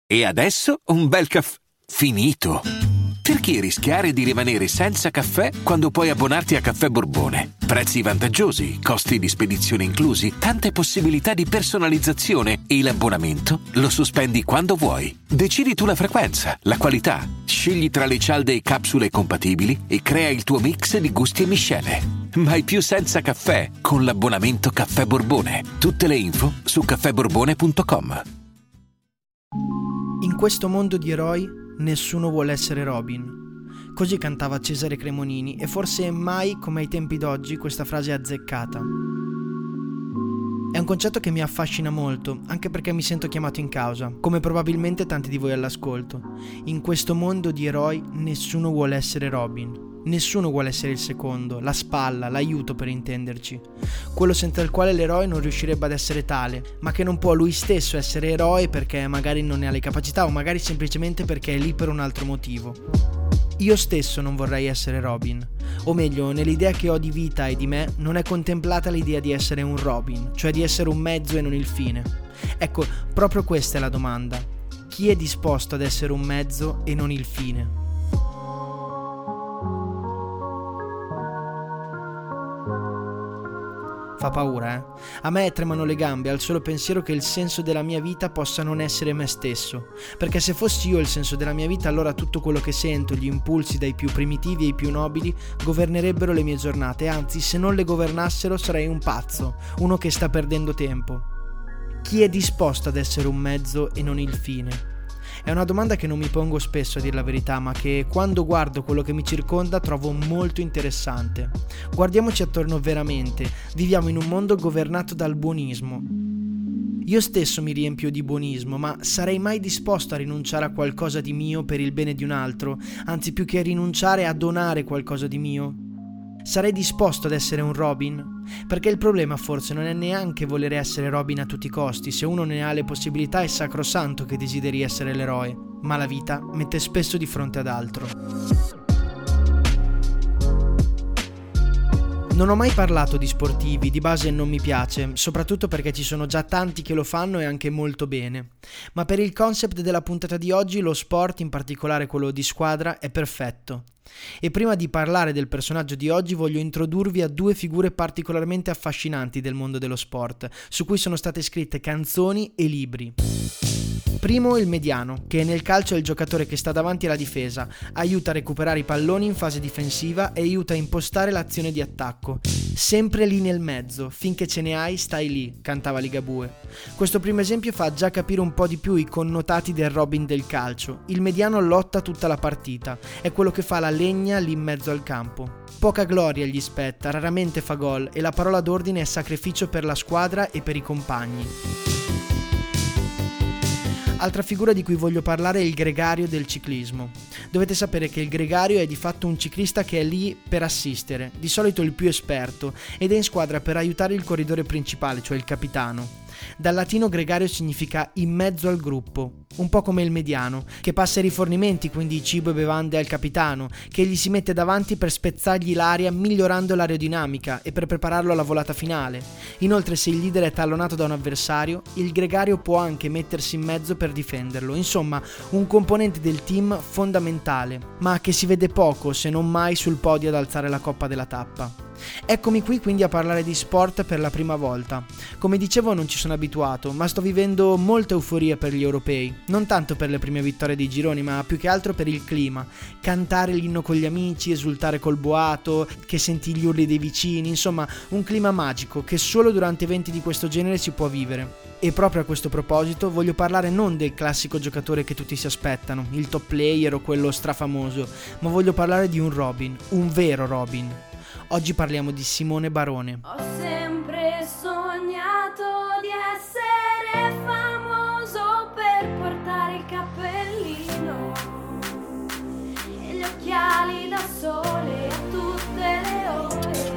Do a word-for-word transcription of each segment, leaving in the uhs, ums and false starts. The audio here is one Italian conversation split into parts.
E adesso un bel caffè finito. Perché rischiare di rimanere senza caffè quando puoi abbonarti a Caffè Borbone? Prezzi vantaggiosi, costi di spedizione inclusi, tante possibilità di personalizzazione e l'abbonamento lo sospendi quando vuoi. Decidi tu la frequenza, la qualità, scegli tra le cialde e capsule compatibili e crea il tuo mix di gusti e miscele. Mai più senza caffè con l'abbonamento Caffè Borbone. Tutte le info su caffè borbone punto com. In questo mondo di eroi nessuno vuole essere Robin. Così cantava Cesare Cremonini e forse mai come ai tempi d'oggi questa frase è azzeccata. È un concetto che mi affascina molto, anche perché mi sento chiamato in causa, come probabilmente tanti di voi all'ascolto. In questo mondo di eroi nessuno vuole essere Robin. Nessuno vuole essere il secondo, la spalla, l'aiuto per intenderci. Quello senza il quale l'eroe non riuscirebbe ad essere tale, ma che non può lui stesso essere eroe perché magari non ne ha le capacità o magari semplicemente perché è lì per un altro motivo. Io stesso non vorrei essere Robin, o meglio, nell'idea che ho di vita e di me non è contemplata l'idea di essere un Robin, cioè di essere un mezzo e non il fine. Ecco, proprio questa è la domanda. Chi è disposto ad essere un mezzo e non il fine? Fa paura, eh? A me tremano le gambe al solo pensiero che il senso della mia vita possa non essere me stesso. Perché se fossi io il senso della mia vita, allora tutto quello che sento, gli impulsi dai più primitivi ai più nobili, governerebbero le mie giornate. Anzi, se non le governassero sarei un pazzo, uno che sta perdendo tempo. Chi è disposto ad essere un mezzo e non il fine? È una domanda che non mi pongo spesso, a dir la verità, ma che quando guardo quello che mi circonda trovo molto interessante. Guardiamoci attorno veramente. Viviamo in un mondo governato dal buonismo. Io stesso mi riempio di buonismo, ma sarei mai disposto a rinunciare a qualcosa di mio per il bene di un altro, anzi più che rinunciare a donare qualcosa di mio? Sarei disposto ad essere un Robin? Perché il problema forse non è neanche volere essere Robin a tutti i costi. Se uno ne ha le possibilità è sacrosanto che desideri essere l'eroe, ma la vita mette spesso di fronte ad altro. Non ho mai parlato di sportivi, di base non mi piace, soprattutto perché ci sono già tanti che lo fanno e anche molto bene. Ma per il concept della puntata di oggi lo sport, in particolare quello di squadra, è perfetto. E prima di parlare del personaggio di oggi voglio introdurvi a due figure particolarmente affascinanti del mondo dello sport, su cui sono state scritte canzoni e libri. Primo il mediano, che nel calcio è il giocatore che sta davanti alla difesa, aiuta a recuperare i palloni in fase difensiva e aiuta a impostare l'azione di attacco. Sempre lì nel mezzo, finché ce ne hai stai lì, cantava Ligabue. Questo primo esempio fa già capire un po' di più i connotati del Robin del calcio. Il mediano lotta tutta la partita, è quello che fa la legna lì in mezzo al campo. Poca gloria gli spetta, raramente fa gol e la parola d'ordine è sacrificio per la squadra e per i compagni. Altra figura di cui voglio parlare è il gregario del ciclismo. Dovete sapere che il gregario è di fatto un ciclista che è lì per assistere, di solito il più esperto, ed è in squadra per aiutare il corridore principale, cioè il capitano. Dal latino gregario significa in mezzo al gruppo, un po' come il mediano, che passa i rifornimenti, quindi cibo e bevande al capitano, che gli si mette davanti per spezzargli l'aria migliorando l'aerodinamica e per prepararlo alla volata finale. Inoltre, se il leader è tallonato da un avversario, il gregario può anche mettersi in mezzo per difenderlo. Insomma, un componente del team fondamentale, ma che si vede poco se non mai sul podio ad alzare la coppa della tappa. Eccomi qui quindi a parlare di sport per la prima volta. Come dicevo non ci sono abituato, ma sto vivendo molta euforia per gli europei. Non tanto per le prime vittorie dei gironi, ma più che altro per il clima. Cantare l'inno con gli amici, esultare col boato, che senti gli urli dei vicini, insomma un clima magico che solo durante eventi di questo genere si può vivere. E proprio a questo proposito voglio parlare non del classico giocatore che tutti si aspettano, il top player o quello strafamoso, ma voglio parlare di un Robin, un vero Robin. Oggi parliamo di Simone Barone. Ho sempre sognato di essere famoso per portare il cappellino e gli occhiali da sole a tutte le ore.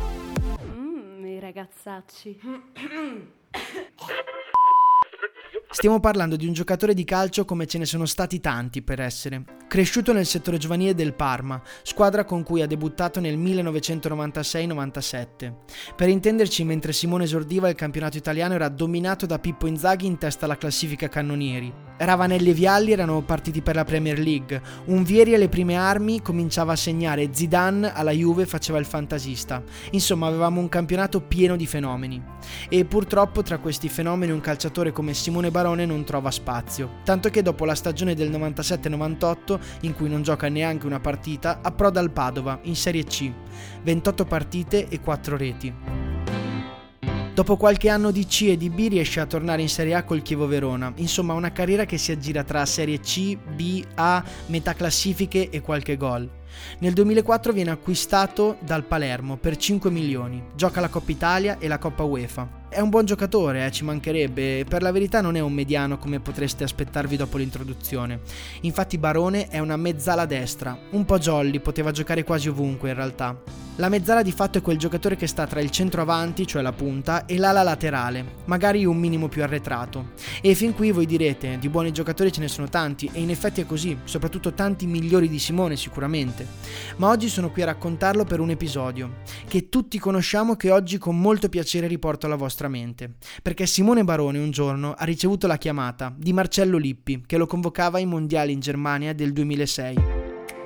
Ragazzacci. Stiamo parlando di un giocatore di calcio come ce ne sono stati tanti per essere. Cresciuto nel settore giovanile del Parma, squadra con cui ha debuttato nel millenovecentonovantasei novantasette. Per intenderci, mentre Simone esordiva, il campionato italiano era dominato da Pippo Inzaghi in testa alla classifica cannonieri. Ravanelli e Vialli erano partiti per la Premier League, un Vieri alle prime armi cominciava a segnare, Zidane alla Juve faceva il fantasista. Insomma, avevamo un campionato pieno di fenomeni. E purtroppo tra questi fenomeni un calciatore come Simone Barone non trova spazio, tanto che dopo la stagione del novantasette novantotto, in cui non gioca neanche una partita, approda al Padova in Serie C, ventotto partite e quattro reti. Dopo qualche anno di C e di B riesce a tornare in Serie A col Chievo Verona, insomma una carriera che si aggira tra Serie C, B, A, metà classifiche e qualche gol. Nel duemilaquattro viene acquistato dal Palermo per cinque milioni, gioca la Coppa Italia e la Coppa UEFA. È un buon giocatore, eh, ci mancherebbe, per la verità non è un mediano come potreste aspettarvi dopo l'introduzione. Infatti Barone è una mezzala destra, un po' jolly, poteva giocare quasi ovunque in realtà. La mezzala di fatto è quel giocatore che sta tra il centroavanti, cioè la punta, e l'ala laterale, magari un minimo più arretrato. E fin qui voi direte, di buoni giocatori ce ne sono tanti, e in effetti è così, soprattutto tanti migliori di Simone sicuramente. Ma oggi sono qui a raccontarlo per un episodio, che tutti conosciamo, che oggi con molto piacere riporto alla vostra mente, perché Simone Barone un giorno ha ricevuto la chiamata di Marcello Lippi, che lo convocava ai mondiali in Germania del duemilasei.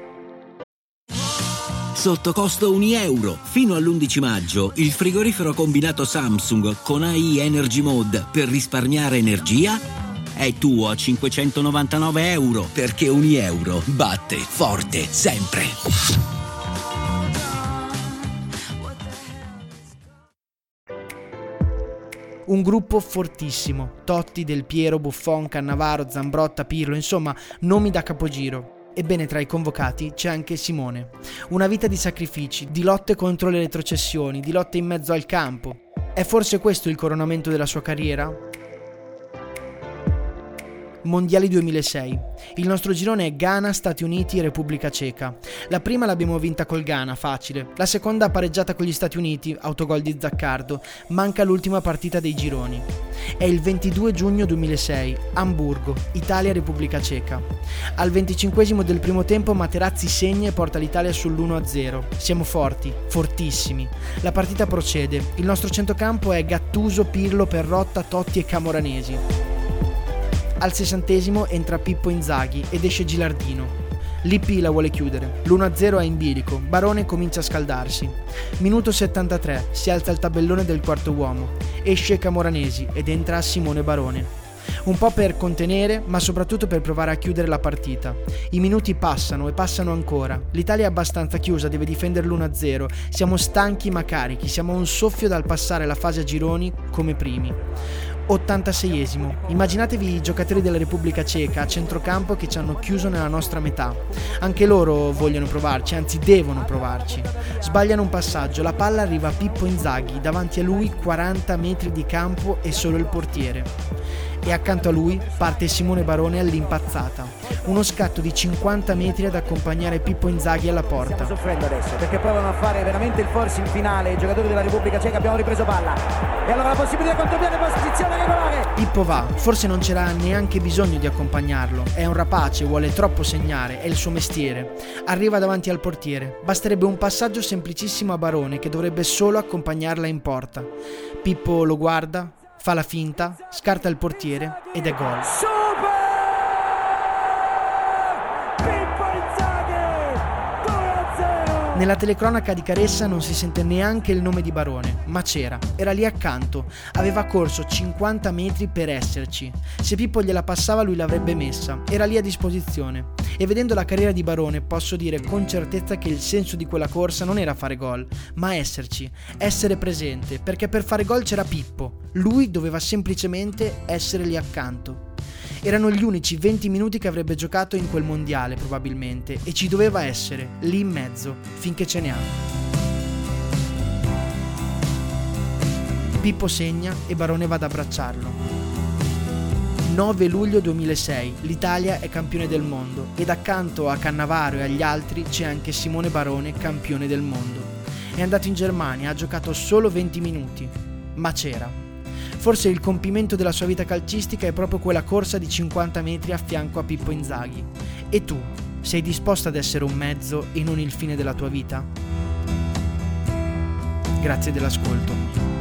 Sotto costo un euro. Fino all'undici maggio il frigorifero combinato Samsung con A I Energy Mode per risparmiare energia è tuo a cinquecentonovantanove euro, perché un euro batte forte sempre. Un gruppo fortissimo, Totti, Del Piero, Buffon, Cannavaro, Zambrotta, Pirlo, insomma nomi da capogiro. Ebbene, tra i convocati c'è anche Simone. Una vita di sacrifici, di lotte contro le retrocessioni, di lotte in mezzo al campo. È forse questo il coronamento della sua carriera? Mondiali duemilasei. Il nostro girone è Ghana, Stati Uniti e Repubblica Ceca. La prima l'abbiamo vinta col Ghana, facile. La seconda pareggiata con gli Stati Uniti, autogol di Zaccardo. Manca l'ultima partita dei gironi. È il ventidue giugno duemilasei, Amburgo, Italia-Repubblica Ceca. Al venticinquesimo del primo tempo Materazzi segna e porta l'Italia sull'uno a zero. Siamo forti, fortissimi. La partita procede. Il nostro centrocampo è Gattuso, Pirlo, Perrotta, Totti e Camoranesi. Al sessantesimo entra Pippo Inzaghi ed esce Gilardino. Lippi la vuole chiudere. l'uno a zero è in bilico. Barone comincia a scaldarsi. Minuto settantatré, si alza il tabellone del quarto uomo. Esce Camoranesi ed entra Simone Barone. Un po' per contenere, ma soprattutto per provare a chiudere la partita. I minuti passano e passano ancora. L'Italia è abbastanza chiusa, deve difendere l'uno a zero. Siamo stanchi ma carichi, siamo a un soffio dal passare la fase a gironi come primi. ottantaseiesimo. Immaginatevi i giocatori della Repubblica Ceca a centrocampo che ci hanno chiuso nella nostra metà. Anche loro vogliono provarci, anzi devono provarci. Sbagliano un passaggio, la palla arriva a Pippo Inzaghi, davanti a lui quaranta metri di campo e solo il portiere. E accanto a lui parte Simone Barone all'impazzata. Uno scatto di cinquanta metri ad accompagnare Pippo Inzaghi alla porta. Stiamo soffrendo adesso perché provano a fare veramente il forcing finale i giocatori della Repubblica Ceca. Abbiamo ripreso palla e allora la possibilità di contropiede, posizione regolare. Pippo va, forse non c'era neanche bisogno di accompagnarlo. È un rapace, vuole troppo segnare, è il suo mestiere. Arriva davanti al portiere. Basterebbe un passaggio semplicissimo a Barone che dovrebbe solo accompagnarla in porta. Pippo lo guarda, fa la finta, scarta il portiere ed è gol. Super! Pippo Inzaghi! due a zero! Nella telecronaca di Caressa non si sente neanche il nome di Barone, ma c'era, era lì accanto, aveva corso cinquanta metri per esserci. Se Pippo gliela passava lui l'avrebbe messa, era lì a disposizione. E vedendo la carriera di Barone posso dire con certezza che il senso di quella corsa non era fare gol, ma esserci, essere presente, perché per fare gol c'era Pippo, lui doveva semplicemente essere lì accanto. Erano gli unici venti minuti che avrebbe giocato in quel mondiale probabilmente e ci doveva essere, lì in mezzo, finché ce ne ha. Pippo segna e Barone va ad abbracciarlo. nove luglio duemilasei, l'Italia è campione del mondo ed accanto a Cannavaro e agli altri c'è anche Simone Barone, campione del mondo. È andato in Germania, ha giocato solo venti minuti, ma c'era. Forse il compimento della sua vita calcistica è proprio quella corsa di cinquanta metri a fianco a Pippo Inzaghi. E tu, sei disposto ad essere un mezzo e non il fine della tua vita? Grazie dell'ascolto.